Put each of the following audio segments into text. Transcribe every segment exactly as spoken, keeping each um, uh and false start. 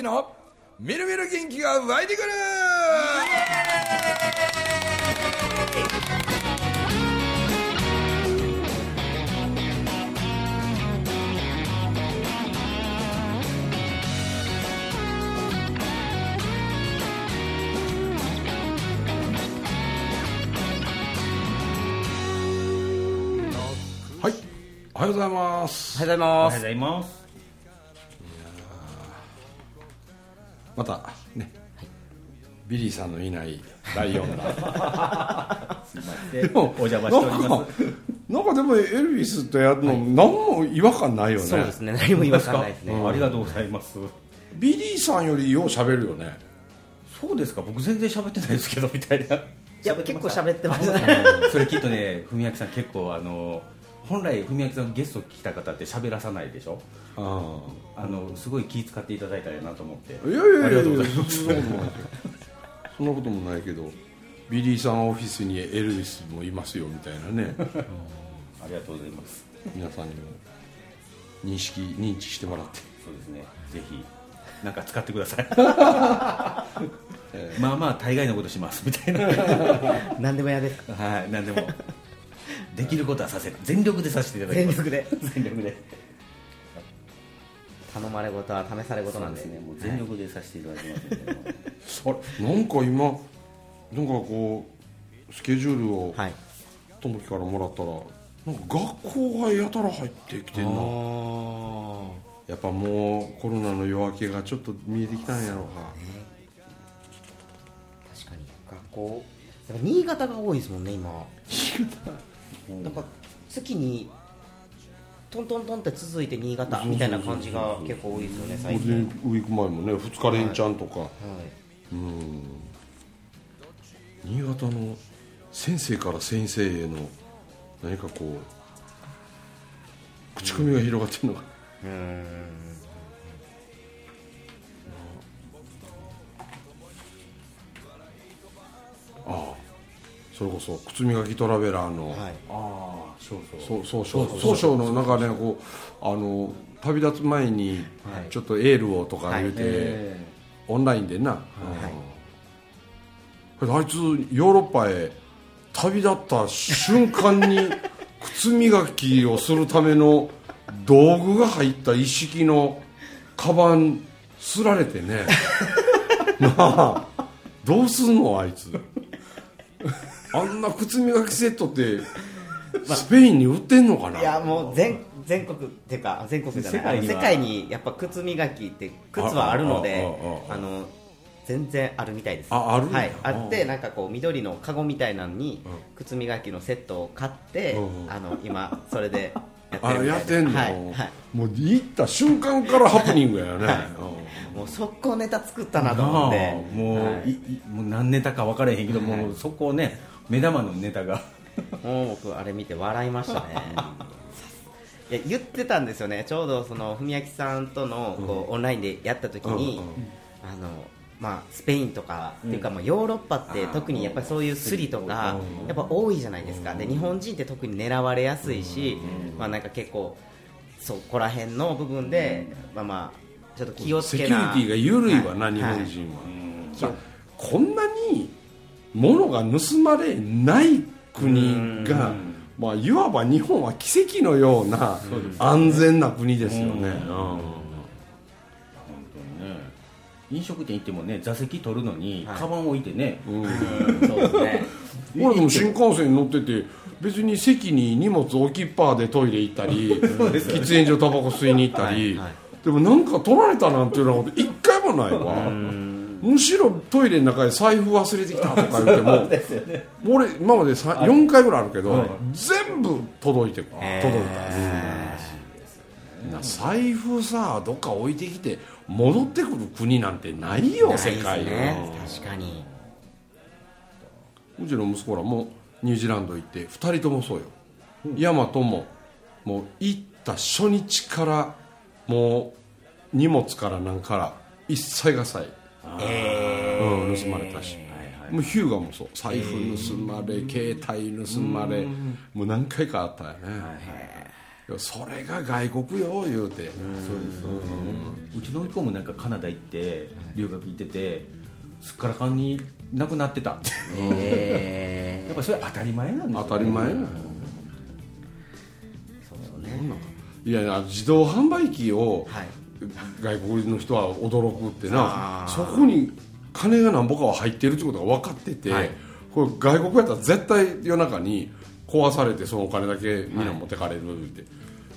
のみるみる元気が湧いてくる。はい、おはようございます。 おはようございます。 おはようございます。 またね、はい、ビリーさんのいないだいよんだすいません、お邪魔しております。 なんかでもエルヴィスとやるの、はい、何も違和感ないよね。 そうですね、何も違和感ないですね、 うん、ありがとうございます。 ビリーさんよりよう喋るよね。 そうですか、僕全然喋ってないですけどみたいな。 いや結構喋ってますね。 それきっとね、文明さん結構あの本来文明さんゲスト来た方って喋らさないでしょ。ああのすごい気使っていただいたらなと思って。 いやいやいや、ありがとうございます。そんなこともないけど、ビリーさんオフィスにエルヴィスもいますよみたいなね。 ありがとうございます。 皆さんにも認識認知してもらって。 そうですね、ぜひなんか使ってください。えー、まあまあ大概のことしますみたいな。 何でもやです。 はい、何でもできることはさせる、全力でさせていただきます。 全力で全力で頼まれ事は試され事なんですね。 もう全力でさせていただきますので、はい、 あれ、なんか今なんかこうスケジュールを友樹からもらったら、なんか学校がやたら入ってきてんな。やっぱもうコロナの夜明けがちょっと見えてきたんやろうか、ね、 確かに学校やっぱ新潟が多いですもんね今。なんか月にトントントンって続いて新潟みたいな感じが結構多いですよね最近。 ゴールデンウィーク前もね、ふつか連チャンとか、はいはい、うん、新潟の先生から先生への何かこう口コミが広がってるのか、うん、うーん、ああ、それこそ靴磨きトラベラーの、はい、ああ、そうそうそうそうそうそうのなんかね、こうあの旅立つ前にちょっとエールをとか言うて、はい、オンラインでな、はい、あいつヨーロッパへ旅立った瞬間に靴磨きをするための道具が入った一式のカバンすられてね。なあ、どうすんのあいつ。あんな靴磨きセットってスペインに売ってんのかな。 いやもう 全, 全国っていうか全国じゃない、世界に世界にやっぱ靴磨きって靴はあるので、あの全然あるみたいです。 あ、あるんだ、 はい、あって、なんかこう緑のカゴみたいなのに靴磨きのセットを買って、あの今それでやってるみたいです。 あ、やってんの、 はいはい、 もう行った瞬間からハプニングやよね。はい、 もう速攻ネタ作ったなと思って、 もう、はい、いもう何ネタか分からへんけど、はい、もう速攻ね、目玉のネタがもう僕あれ見て笑いましたね。いや言ってたんですよね、ちょうどその文明さんとのこう、うん、オンラインでやった時に、うんうん、あのまあ、スペインとか、うん、っていうかまあヨーロッパって特にやっぱりそういうスリとかやっぱ多いじゃないですか。で日本人って特に狙われやすいし、まあ、なんか結構そこら辺の部分で、まあまあちょっと気をつけな、 セキュリティが緩いわな、はい、日本人は、はい、こんなに物が盗まれない国が、まあ、いわば日本は奇跡のような安全な国ですよね。 飲食店行ってもね、座席取るのにカバン置いてね、 はい、うん、そうですね。 俺も新幹線に乗ってて別に席に荷物置きっぱでトイレ行ったり喫煙所タバコ吸いに行ったり、はいはい、でもなんか取られたなんていうようなこと一回もないわ。むしろトイレの中で財布忘れてきたとか言ってもね、俺今までよんかいぐらいあるけど、はい、全部届いて届いた、うん、財布さどっか置いてきて戻ってくる国なんてないよ、世界ね。確かにうちの息子らもニュージーランド行ってふたりともそうよ、うん、ヤマトももう行った初日からもう荷物からなんから一切がさい、えーうん、盗まれたし、はいはい、もうヒューガもそう、財布盗まれ、えー、携帯盗まれ、もう何回かあったよね、はい、 それが外国よ言うて。 そうです、うん、うちの子もなんかカナダ行って留学行っててすっからかんになくなってたって、えー、やっぱそれ当たり前なんですよ、ね、 当たり前なの、うん、 そうね。 いや自動販売機を外国の人は驚くってな、はい、そこに金が何ぼかは入ってるってことが分かってて、はい、これ外国やったら絶対夜中に壊されてそのお金だけみんな持ってかれるって、はい、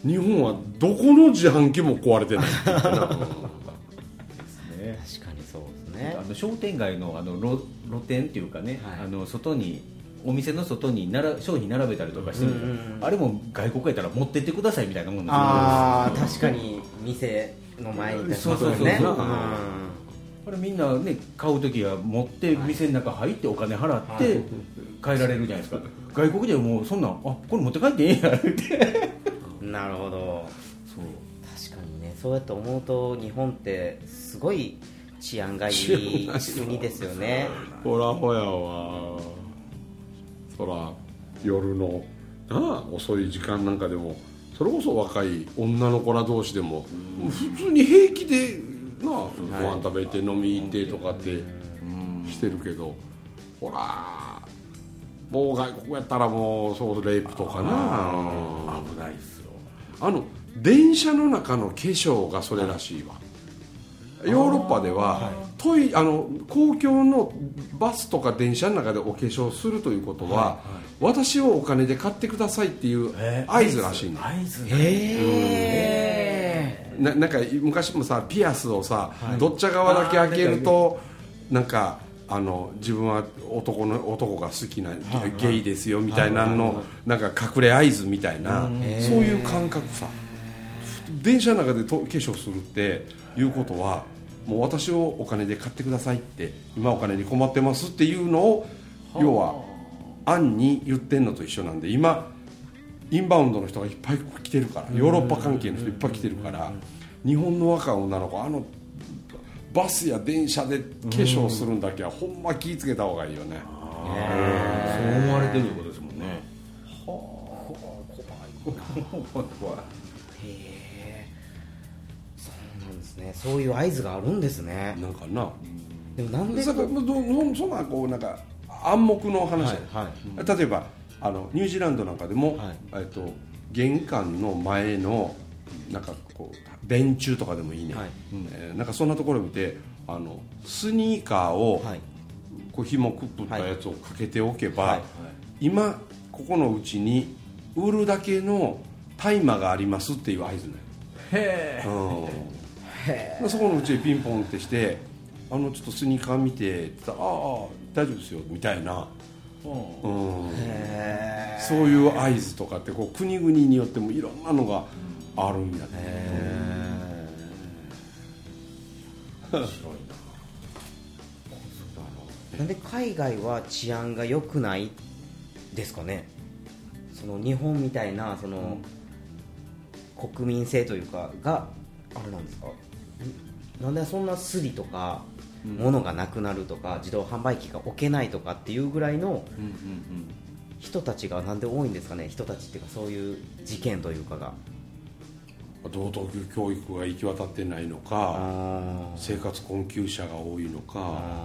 日本はどこの自販機も壊れてないって言ってな確かにそうですね。 あの商店街 の, あの 露, 露店っていうかね、はい、あの外にお店の外になら商品並べたりとかしてる、うんうんうん、あれも外国やったら持ってってくださいみたいなもんですよ。 ああ確かに店の前に立ちますよね。 これみんなね買うときは持って店の中入ってお金払って帰られるじゃないですか。外国ではもうそんなんあこれ持って帰ってええやんってなるほど。そう確かにね、そうやって思うと日本ってすごい治安がいい国ですよね。 ほらほやわ、そら夜のなあ遅い時間なんかでもそれこそ若い女の子ら同士でも普通に平気でなあご飯食べて飲み行ってとかってしてるけど、ほらもう外国やったらもうそうレイプとかな危ないっすよ。 あの電車の中の化粧がそれらしいわ。ヨーロッパではトイあの公共のバスとか電車の中でお化粧するということは、はいはい、私をお金で買ってくださいっていう合図らしいね。 合図へー、うん、な, なんか昔もさピアスをさ、はい、どっち側だけ開けるとなんかあの自分は男の男が好きなゲイですよみたいなのなんか隠れ合図みたいな、そういう感覚さ。電車の中でと化粧するっていうことはもう私をお金で買ってくださいって今お金に困ってますっていうのを要は暗に言ってんのと一緒なんで、今インバウンドの人がいっぱい来てるからヨーロッパ関係の人いっぱい来てるから日本の若い女の子あのバスや電車で化粧するんだけはほんま気ぃつけた方がいいよね。 そう思われてることですもんね。はあ怖い怖い。 へえ、そうなんですね。そういう合図があるんですね。 なんかな。 でもなんでそんなこうなんか暗黙の話、はいはい、例えばあのニュージーランドなんかでも、はい、えっと玄関の前のなんかこう電柱とかでもいいね、はい、えー、なんかそんなところを見てあのスニーカーを、はい、こう紐くくったやつをかけておけば、はいはいはい、今ここのうちに売るだけの大麻がありますっていう合図ね。 へー、 うん、へー。そこのうちでピンポンってしてあのちょっとスニーカー見てって言ったらああ大丈夫ですよみたいな、うん、へー、そういう合図とかってこう国々によってもいろんなのがあるんやね。 へー、面白いな。なんで海外は治安が良くないですかね。その日本みたいなその、うん、国民性というかがあれなんですか。なんでそんなスリとか、うん、物がなくなるとか自動販売機が置けないとかっていうぐらいの人たちがなんで多いんですかね。人たちっていうかそういう事件というかが道徳教育が行き渡ってないのか生活困窮者が多いのか。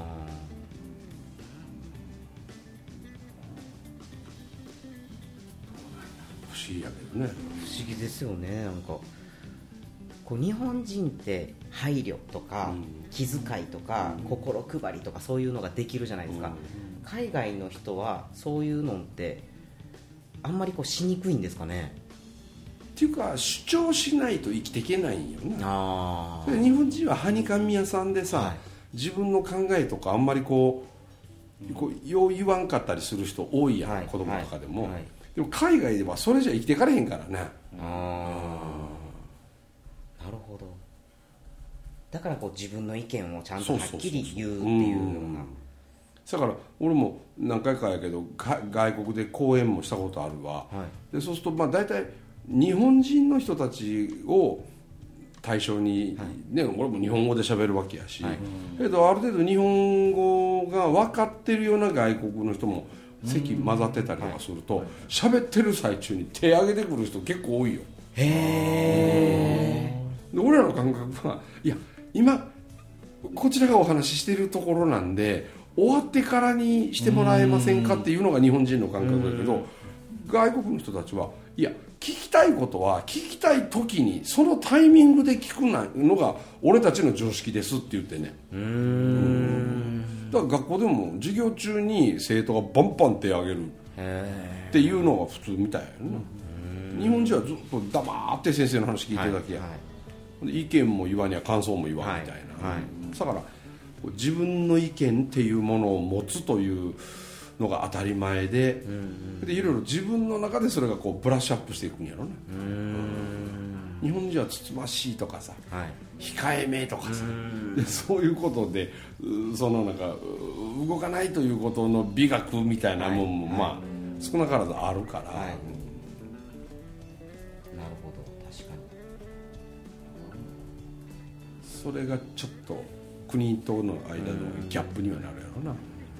不思議やけどね。 不思議ですよね。なんかこう日本人って配慮とか、うん、気遣いとか、うん、心配りとかそういうのができるじゃないですか、うん、海外の人はそういうのってあんまりこうしにくいんですかね。 っていうか主張しないと生きていけないんよね。あ日本人ははにかみ屋さんでさ、はい、自分の考えとかあんまりこう、こうよう言わんかったりする人多いやん、はい、子供とかでも、はいはい、でも海外ではそれじゃ生きていかれへんからね。あなるほど。だからこう自分の意見をちゃんとはっきり言うっていうような。 だから俺も何回かやけど外国で講演もしたことあるわ、はい、でそうするとまあ大体日本人の人たちを対象に、はいね、俺も日本語で喋るわけやし、はい、けどある程度日本語が分かってるような外国の人も席混ざってたりとかすると喋、はい、ってる最中に手挙げてくる人結構多いよ。 へで俺らの感覚はいや今こちらがお話ししているところなんで終わってからにしてもらえませんかっていうのが日本人の感覚だけど、外国の人たちはいや聞きたいことは聞きたい時にそのタイミングで聞くのが俺たちの常識ですって言ってね。うーんだから学校でも授業中に生徒がバンバン手を挙げるっていうのが普通みたいやね。日本人はずっと黙って先生の話聞いてるだけや、はいはい、意見も言わにゃ感想も言わんみたいな、はいはい、だから自分の意見っていうものを持つというのが当たり前で、うんうん、でいろいろ自分の中でそれがこうブラッシュアップしていくんやろね。うーん日本人はつつましいとかさ、はい、控えめとかさでそういうことでそのなんか動かないということの美学みたいなもんも、はいまあ、少なからずあるから、はいそれがちょっと国との間のギャップにはなるやろな。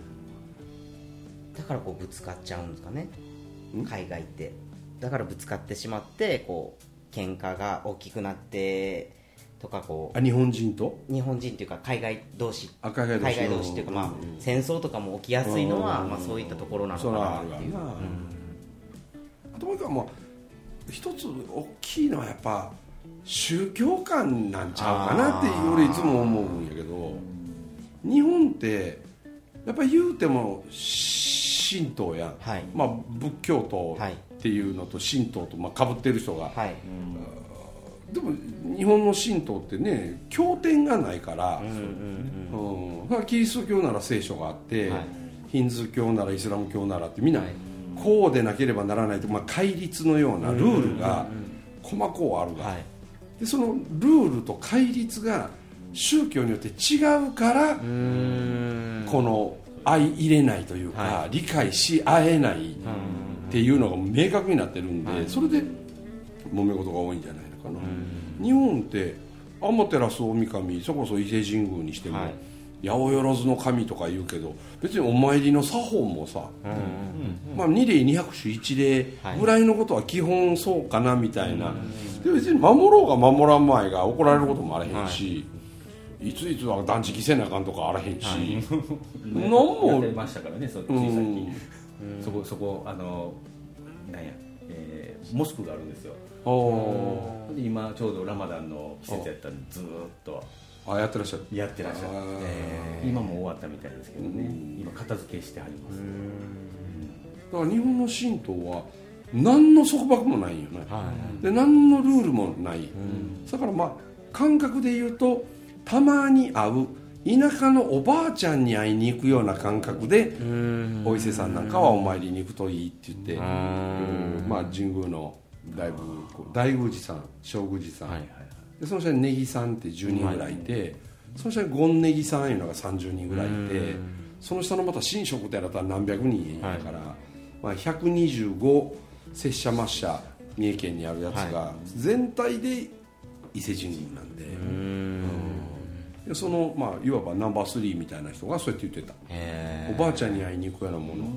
だからこうぶつかっちゃうんですかね海外ってだからぶつかってしまってこう喧嘩が大きくなってとかこうあ日本人と日本人っていうか海外同士あ海外同士海外同士っていうか、まあ、戦争とかも起きやすいのは、まあ、そういったところなのかなっていう。 あともう一個はもう一つ大きいのはやっぱ宗教観なんちゃうかなって俺いつも思うんやけど、日本ってやっぱり言うても神道や、はい、まあ、仏教徒っていうのと神道とまあ被ってる人が、はい、でも日本の神道ってね経典がないから、うんうんうん、キリスト教なら聖書があって、はい、ヒンズー教ならイスラム教ならってみんなこうでなければならないと、まあ、戒律のようなルールが細かくあるが、はい、でそのルールと戒律が宗教によって違うからこの相入れないというか、はい、理解し合えないっていうのが明確になってるんで、はい、それで揉め事が多いんじゃないのかな。日本って天照大神そこそ伊勢神宮にしても、はい、八百万の神とか言うけど別にお参りの作法もさ、うんまあ、二礼二拍手一礼ぐらいのことは基本そうかなみたいな、はい、で別に守ろうが守らんまいが怒られることもあらへんし、はい、いついつは断食せなあかんとかあらへんし、はい、 何もやってましたからねそっち先、うん、そこそこあのなんや、えー、モスクがあるんですよ。で今ちょうどラマダンの季節やったんでずーっとあやってらっしゃるやってらっしゃる、えー、今も終わったみたいですけどね、今片付けしてあります。 だから日本の神道は何の束縛もないよね、はい、で何のルールもない、だからまあ感覚で言うとたまに会う田舎のおばあちゃんに会いに行くような感覚でお伊勢さんなんかはお参りに行くといいって言って、まあ神宮のだいぶ大宮司さん小宮司さん、はいはいはい、でその下にネギさんってじゅうにんぐらいいて、はい、その下にゴンネギさんいうのがさんじゅうにんぐらいいて、その下のまた神職ってやったら何百人いるから、はいまあ、ひゃくにじゅうご摂社末社三重県にあるやつが全体で伊勢神宮なんで、うんでその、まあ、いわばナンバースリーみたいな人がそうやって言ってた。おばあちゃんに会いに行くようなもの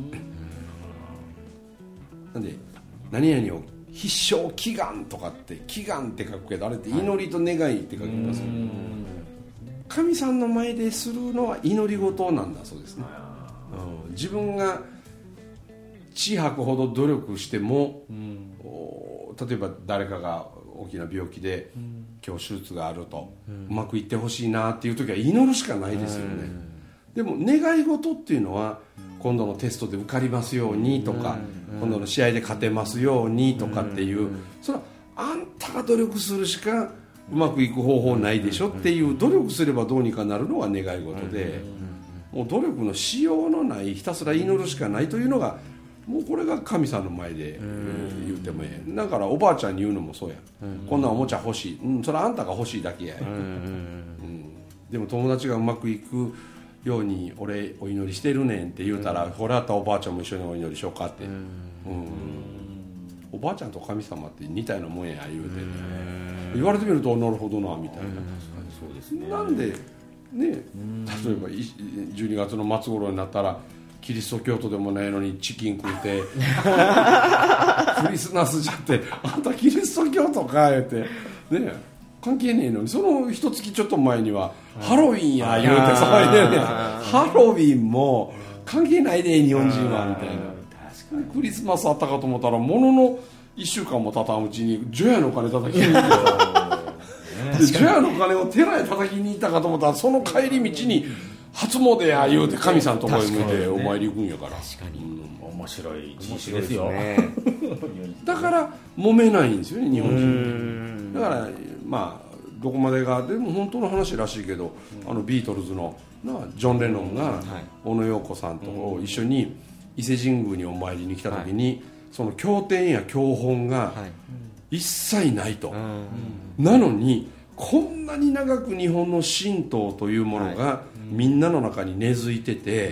なんで何々を必勝祈願とかって祈願って書くけどあれって祈りと願いって書きますよ、ね、神さんの前でするのは祈り事なんだそうですね、うん、自分が血吐くほど努力しても、うん、例えば誰かが大きな病気で、うん、今日手術があると、うん、うまくいってほしいなっていう時は祈るしかないですよね、うん、でも願い事っていうのは今度のテストで受かりますようにとか、うん、今度の試合で勝てますようにとかっていう、うん、それはあんたが努力するしかうまくいく方法ないでしょっていう努力すればどうにかなるのが願い事で、もう努力のしようのないひたすら祈るしかないというのがもうこれが神さんの前で言うてもええ。だからおばあちゃんに言うのもそうや、こんなおもちゃ欲しい、うん、それはあんたが欲しいだけや、うんうん、でも友達がうまくいくように俺お祈りしてるねんって言うたら、うん、これあったらおばあちゃんも一緒にお祈りしようかって、うんうん、おばあちゃんと神様って似たようなもんや言うて、ね、言われてみるとなるほどなみたいな、そうですね、なんでね、例えばじゅうにがつの末頃になったらキリスト教徒でもないのにチキン食うてクリスマスじゃってあんたキリスト教徒か言ってね関係ねえのにその一月ちょっと前にはハロウィンや言うて騒いでるやんハロウィンも関係ないで日本人はみたいなクリスマスあったかと思ったらもののいっしゅうかんも経たんうちに除夜の鐘叩きに行って除夜の鐘を寺へ叩きに行ったかと思ったらその帰り道に初詣や言うて神さんのとこへ向いてお参り行くんやから確かに、 うん、面白い人種ですよねだから揉めないんですよね日本人だからまあどこまでがでも本当の話らしいけど、うん、あのビートルズのなジョン・レノンが小野洋子さんと一緒に伊勢神宮にお参りに来た時に、はい、その経典や教本が一切ないと、はい、なのにこんなに長く日本の神道というものがみんなの中に根付いてて、はい、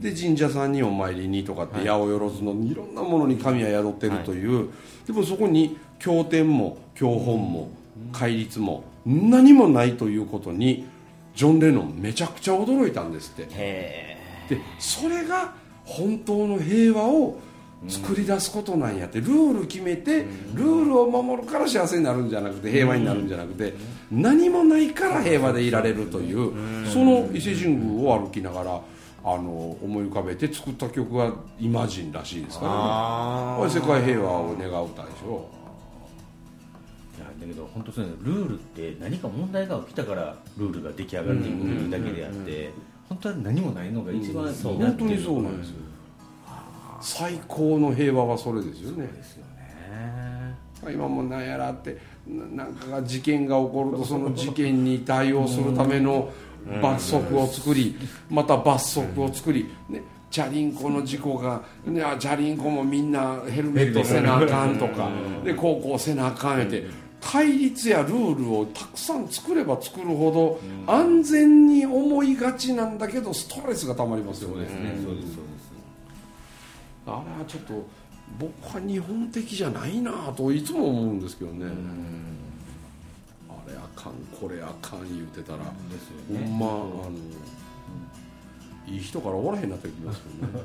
で神社さんにお参りにとかって八百万のいろんなものに神は宿ってるという、はい、でもそこに経典も教本も戒律も何もないということにジョン・レノンめちゃくちゃ驚いたんですって。へー。でそれが本当の平和を作り出すことなんやって、ルール決めてルールを守るから幸せになるんじゃなくて平和になるんじゃなくて、何もないから平和でいられるという、その伊勢神宮を歩きながらあの思い浮かべて作った曲がイマジンらしいですからね。これ世界平和を願う歌でしょ。 いやだけど本当そういうルールって何か問題が起きたからルールが出来上がっていくだけであって本当は何もないのが一番いいなっていう、 本当にそうなんですよ。最高の平和はそれですよね。 そうですよね。 今も何やらってなんかが事件が起こるとその事件に対応するための罰則を作りまた罰則を作り、ね、チャリンコの事故が、ね、チャリンコもみんなヘルメットせなあかんとかでこうこうせなあかんって戒律やルールをたくさん作れば作るほど安全に思いがちなんだけどストレスがたまりますよね。 そうですね、そうですそうです。 あれはちょっと僕は日本的じゃないなといつも思うんですけどね。あれあかんこれあかん言うてたら、ほんまあのいい人からおらへんなってきますよね。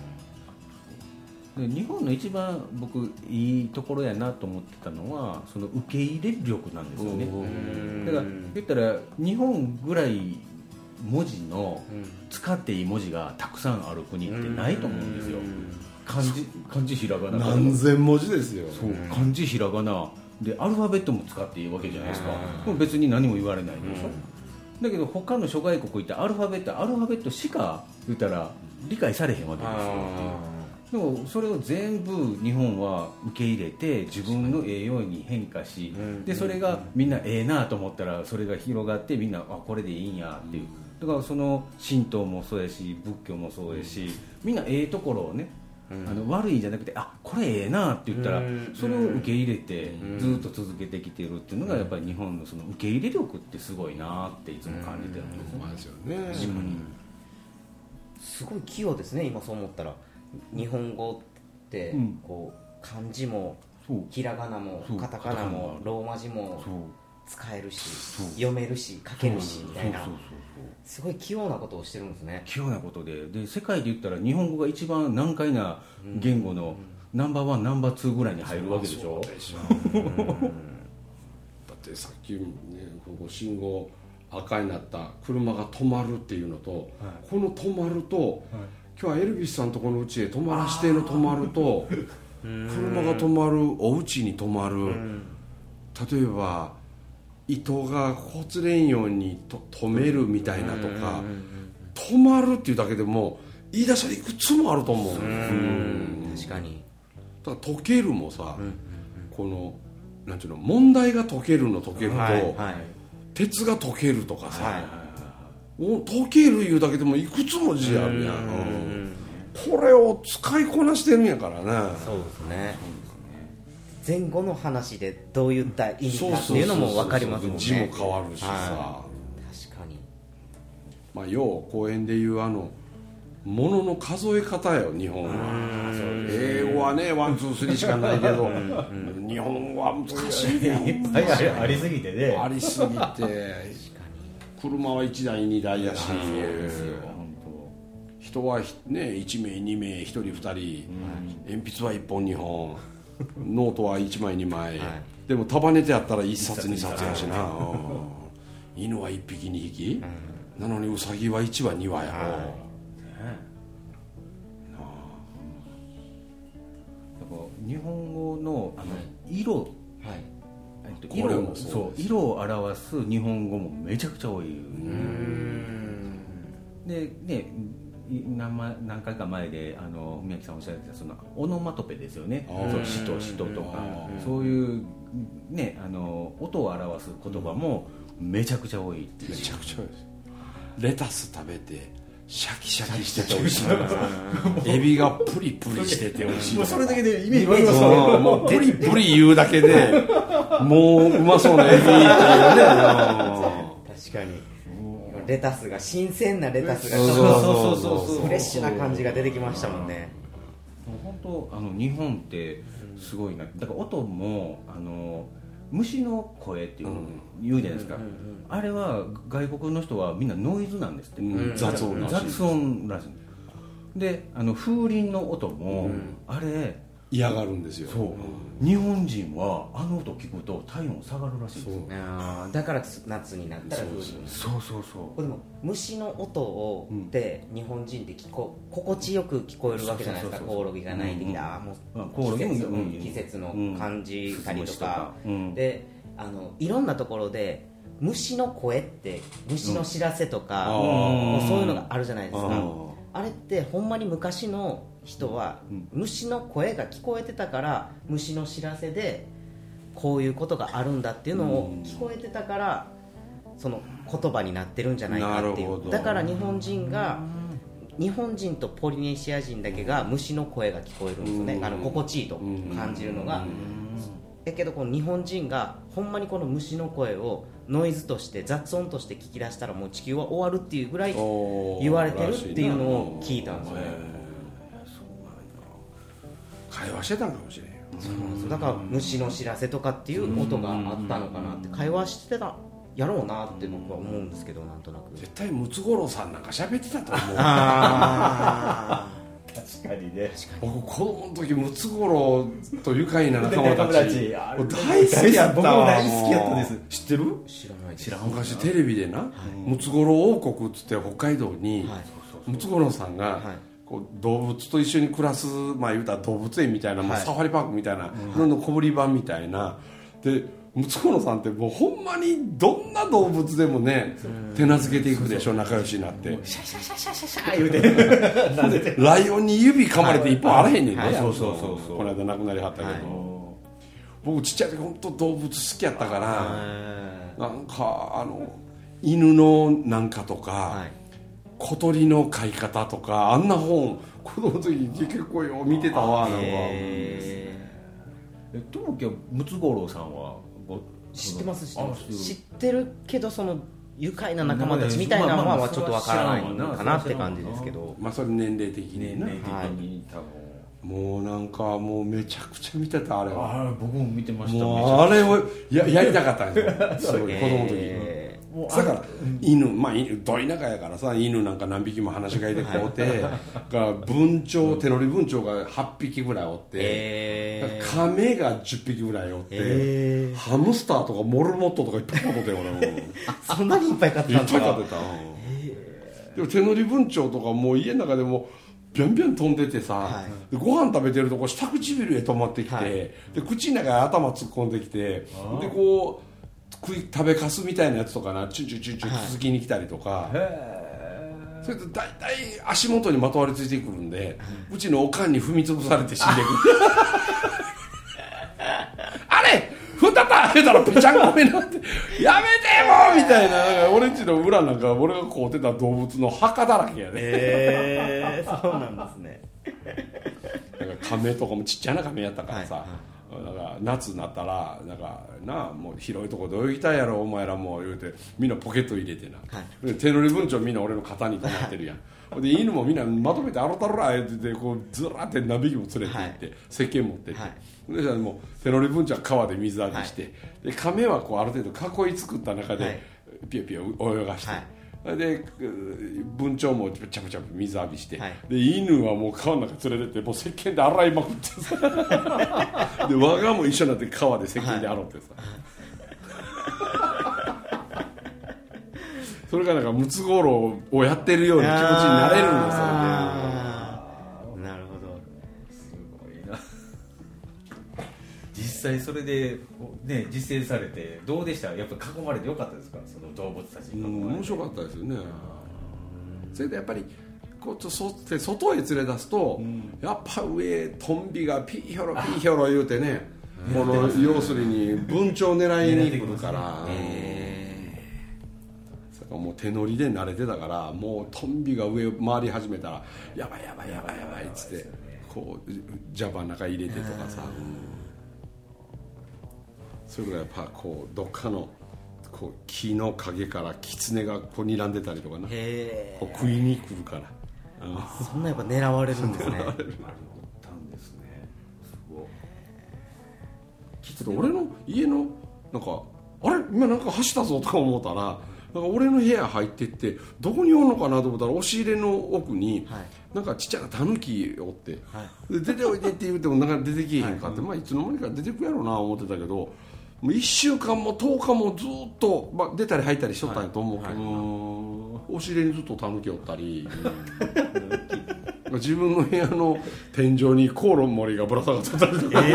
で日本の一番僕いいところやなと思ってたのはその受け入れ力なんですよね。だから言ったら日本ぐらい文字の使っていい文字がたくさんある国ってないと思うんですよ。漢字漢字ひらがな何千文字ですよ。 そう漢字ひらがなでアルファベットも使っていいわけじゃないですか。でも別に何も言われないでしょ。だけど他の諸外国行ってアルファベットアルファベットしか言ったら理解されへんわけですよ。でもそれを全部日本は受け入れて自分のええように変化し、でそれがみんなええなと思ったらそれが広がってみんなあこれでいいんやっていう。だからその神道もそうやし仏教もそうやしみんなええところをね、あの悪いんじゃなくてあこれええなって言ったらそれを受け入れてずっと続けてきてるっていうのがやっぱり日本のその受け入れ力ってすごいなっていつも感じてるんですよね。 確かにすごい器用ですね。今そう思ったら日本語ってこう漢字もひらがなもカタカナもローマ字も使えるし読めるし書けるしみたいなすごい器用なことをしてるんですね。 器用なことで、で世界で言ったら日本語が一番難解な言語のナンバーワンナンバーツーぐらいに入るわけでしょ。でしょだってさっき、ね、ここ信号赤になった車が止まるっていうのと、はい、この止まると、はい、今日はエルビスさんとこの家へ泊まらしての泊まると車が止まるお家に止まる、例えば糸がほつれんようにと止めるみたいなとか、止まるっていうだけでも言い出したらいくつもあると思う。 うん確かに。 だから解けるもさ、このなんていうの問題が解けるの解けると、はいはい、鉄が解けるとかさ、はいはいはい、解けるいうだけでもいくつも字あるやん。うん、これを使いこなしてるんやからね。 そうですね。前後の話でどういった意味かっていうのも分かりますもんね。 字も変わるしさ、 はい、確かに。 まあ要公園でいうあの物の数え方よ日本は。英語はねワンツースリーしかないけど日本は難しいね。 いっぱいありすぎてね。 ありすぎて車はいちだいにだいやし、 人はねいちめいにめいひとりふたり、うん、鉛筆はいっぽんにほんノートはいちまいにまい、はい、でも束ねてやったらいっさつにさつやしな、うん、犬はいっぴきにひき、うん、なのにウサギはいちわにわやろ、はい日本語のあの色、はい、色もそう色を表す日本語もめちゃくちゃ多い。うーんでね何, 何回か前であの宮城さんおっしゃってたそのオノマトペですよね。そうしとしととかそういうねあの音を表す言葉もめちゃくちゃ多い。 めちゃくちゃ多いです。レタス食べてシャキシャキしてて美味しいエビがプリプリしてて美味しい。 もうそれだけでイメージ湧きますね。 もうプリプリ言うだけでもううまそうなエビっていうね。確かにレタスが新鮮なレタスがそうそうそうそうフレッシュな感じが出てきましたもんね。 本当あの日本ってすごいな。だから音もあの虫の声っていうのを言うじゃないですか、うんうんうんうん、あれは外国の人はみんなノイズなんですって、うん、雑音らしい雑音らしいであの風鈴の音も、うん、あれ嫌がるんですよ。 そう、うん、日本人はあの音聞くと体温下がるらしいです。 あだから夏になったら風鈴そうそうそうでも虫の音をって日本人って聞こ心地よく聞こえるわけじゃないですか。コオロギが鳴いてきた、もう季節、うん、季節の感じたりとか、うん、であのいろんなところで虫の声って虫の知らせとか、うん、もうそういうのがあるじゃないですか。 あ, あれってほんまに昔の人は虫の声が聞こえてたから虫の知らせでこういうことがあるんだっていうのを聞こえてたからその言葉になってるんじゃないかっていう。だから日本人が日本人とポリネシア人だけが虫の声が聞こえるんですよね。あの心地いいと感じるのがだけどこの日本人がほんまにこの虫の声をノイズとして雑音として聞き出したらもう地球は終わるっていうぐらい言われてるっていうのを聞いたんですよね。 会話してたんかもしれんよ。 そうなんですよ。だから虫の知らせとかっていう音があったのかなって会話してたやろうなって僕は思うんですけど、なんとなく絶対ムツゴロウさんなんか喋ってたと思う。 あ確かにね。 僕子供の時ムツゴロウと愉快な仲間たち大好きやった。僕も大好きやったです。 知ってる？ 知らないです。 知らん。昔テレビでな、はい、ムツゴロウ王国っつって北海道に、はい、ムツゴロウさんが、はいこう動物と一緒に暮らす、まあ言うたら動物園みたいな、まあ、サファリパークみたいな、はい、の小ぶり版みたいなでムツゴロウさんってもうほんまにどんな動物でもね手なずけていくでしょ。仲良しになってシャシャシャシャシャシャ言うてライオンに指噛まれて一本あらへんねんね、はいはい、 そうそうそうそう。 この間亡くなりはったけど、はい、僕ちっちゃい時本当動物好きやったからなんかあの犬のなんかとか、はい小鳥の飼い方とかあんな本子供の時に結構よ見てたわ。なんかえともきはムツゴロウさんは知ってます知ってます知ってるけどその愉快な仲間たちみたいなのはちょっとわからないのかなって感じですけど、 まあそれ年齢的に年齢的に多分もうなんかもうめちゃくちゃ見てたあれは。 あ僕も見てました。 もうあれを や, やりたかったんですよすごい子供の時に。だから犬、まあ犬ど田舎やからさ犬なんか何匹も放し飼いでこうてが文鳥手乗り文鳥がはっぴきぐらいおって、えー、亀がじゅっぴきぐらいおって、えー、ハムスターとかモルモットとかいっぱい飼ってたよ俺もそんなにいっぱい飼ってたんですか。 いっぱい飼ってた、えー、でも手乗り文鳥とかもう家の中でもビャンビャン飛んでてさ、はい、でご飯食べてるとこ下唇へ止まってきて、はい、で口の中に頭突っ込んできてでこう食べかすみたいなやつとかなチュンチュンチュンチュン続きに来たりとか、はい、それと大体足元にまとわりついてくるんで、うん、うちのおかんに踏み潰されて死んでくるあれ踏んだったって言ったらぺちゃんこめになってやめてもみたいな、なんか俺んちの裏なんか俺が飼うてた動物の墓だらけやね。 へえー、そうなんですねなんか亀とかもちっちゃな亀やったからさ、はいはい、なんか夏になったらなんかなもう広いところで泳ぎたいやろお前らも言うてみんなポケット入れてな、はい、で手乗り文鳥みんな俺の肩に止まってるやんで犬もみんなまとめてあろたろら言ってこうずらって何匹も連れて行って、はい、石鹸持ってって、はい、でもう手乗り文鳥は川で水浴びして、はい、で亀はこうある程度囲い作った中で、はい、ピヨピヨ泳がして、はい、 で文鳥もチャプチャプ水浴びして、 はい、 で犬はもう川の中連れてってもう石鹸で洗いまくってさで我がも一緒になって川で石鹸で洗ってさ、はい、それがなんかムツゴロウをやってるような気持ちになれるんですよね。なるほど、 すごいな。実際それで、ね、実践されてどうでした？やっぱり囲まれてよかったですか？その動物たちに囲まれて。 うん、面白かったですよね。それでやっぱりこうそって外へ連れ出すと、うん、やっぱ上トンビがピーヒョロピーヒョロ言うてね、この要するに文鳥狙いに来るから、もう手乗りで慣れてたから、もうトンビが上回り始めたらやばいやばいやばいやばいっつってこうジャバの中入れてとかさ、それぐらいやっぱこうどっかのこう木の陰からキツネがこう睨んでたりとかな、へこう食いに来るから、 うん、そんなやっぱ狙われるんですね。 ちょっと俺の家のなんかあれ今なんか走ったぞとか思ったら、なんか俺の部屋入ってってどこにおんのかなと思ったら押し入れの奥に、はい、なんかちっちゃなタヌキおって、はい、で出ておいでって言ってもなんか出てきへんかって、はい、まあいつの間にか出てくやろうな思ってたけど、もういっしゅうかんもとおかもずっと、まあ、出たり入ったりしとったんやと思うけど、はいはい、押し入れにずっとタヌキおったり自分の部屋の天井にコオロン森がぶら下がってたりとか、え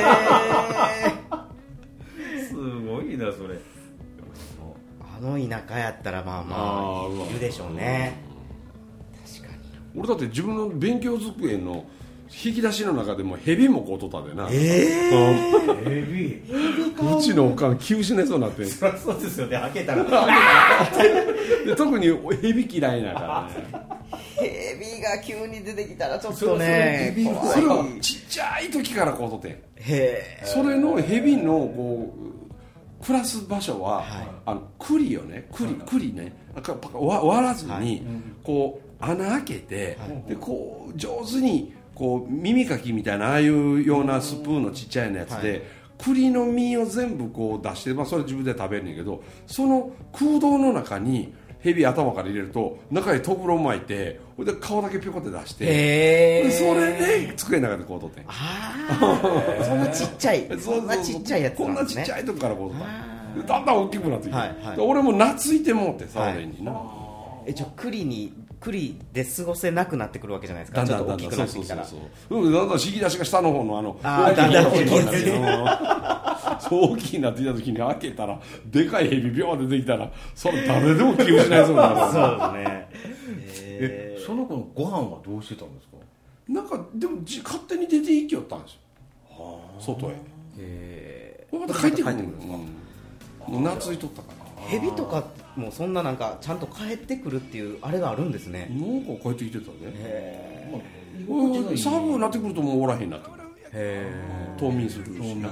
ー、すごいなそれ。 あの田舎やったらまあまあいるでしょうね。確かに。 俺だって自分の勉強机の引き出しの中でもヘビもこうとったでな。 えー、ヘビうちのおかん気失いそうになってん。 そりゃそうですよね、開けたらで特にヘビ嫌いなからね。 ヘビが急に出てきたらちょっとね、 それはちっちゃい時からこうとってん。へー。それのヘビのこう暮らす場所は、はい、あの栗をね、栗栗ね、割らずに、はい、こう穴開けて、はい、でこう上手にこう耳かきみたいなああいうようなスプーンのちっちゃいのやつで、はい、栗の実を全部こう出して、まあ、それ自分で食べるんだけど、その空洞の中にヘビ頭から入れると中にとぐろ巻いて、で顔だけピョコって出して、でそれで机の中でこうとってん。 あそんなちっちゃいそんなちっちゃいやつなんですね。 こんなちっちゃいとこからこうとったん。だんだん大きくなってきて、はいはい、俺も懐いてもってさ、はい、俺にな。 えじゃあ栗に栗で過ごせなくなってくるわけじゃないですか。ちょっと大きくなってきたら、 そうそうそうそう、だんだん引き出しが下の方のあのあだんだん大きくなってきて大きくなってきた時に開けたらでかいヘビビョー出てきたら、それ誰でも気をしないそうになる。 そうですね。 えその子のご飯はどうしてたんですか？ なんかでも勝手に出て行きよったんですよ、はあ、外へ。へえ。また帰ってくるんですか？もう懐いとったから。 ヘビとかもそんななんかちゃんと帰ってくるっていうあれがあるんですね。 なんか帰ってきてたね。へえ。サーブになってくるともうおらへんなってくる。へえ。冬眠するしな。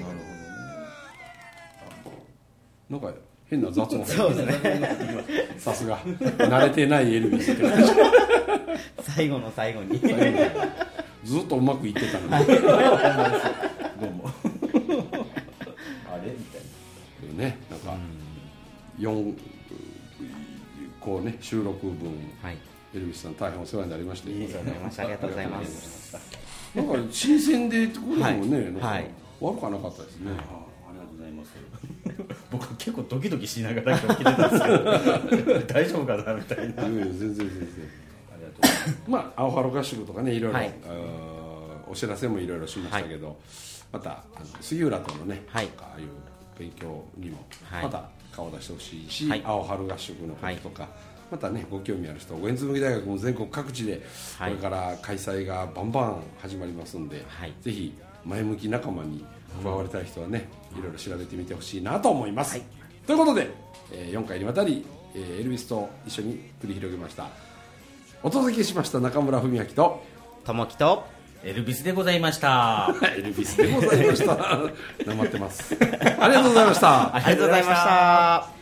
なんか変な雑音。 そうですね。 さすが慣れてないエルビスって感じ。 最後の最後にずっとうまくいってたのに。どうも。あれみたいな。ね、なんか。よんこうね収録分、はい、エルビスさん大変お世話になりまして、 ありがとうございました。ありがとうございます。 なんか新鮮でこれもね、はい、なんか悪くはなかったですね。はい、 あ, ありがとうございます。僕は結構ドキドキしながら今日来てたんですけど大丈夫かなみたいな。いや全然全然。ありがとうございます。まあ青春合宿とかねいろいろ、はい、お知らせもいろいろしましたけど、はい、またあの杉浦とのね、はい、ああいう勉強にもまた顔出してほしいし、はい、青春合宿のこととか、はい、またねご興味ある人、ご縁紡大学も全国各地でこれから開催がバンバン始まりますんで、はい、ぜひ前向き仲間に加わりたい人はね、いろいろ調べてみてほしいなと思います、はい、ということで、えー、よんかいにわたり、えー、エルビスと一緒に繰り広げました。お届けしました中村文明と友樹とエルビスでございました。 エルビスでございました。なまってます。ありがとうございました。 ありがとうございました。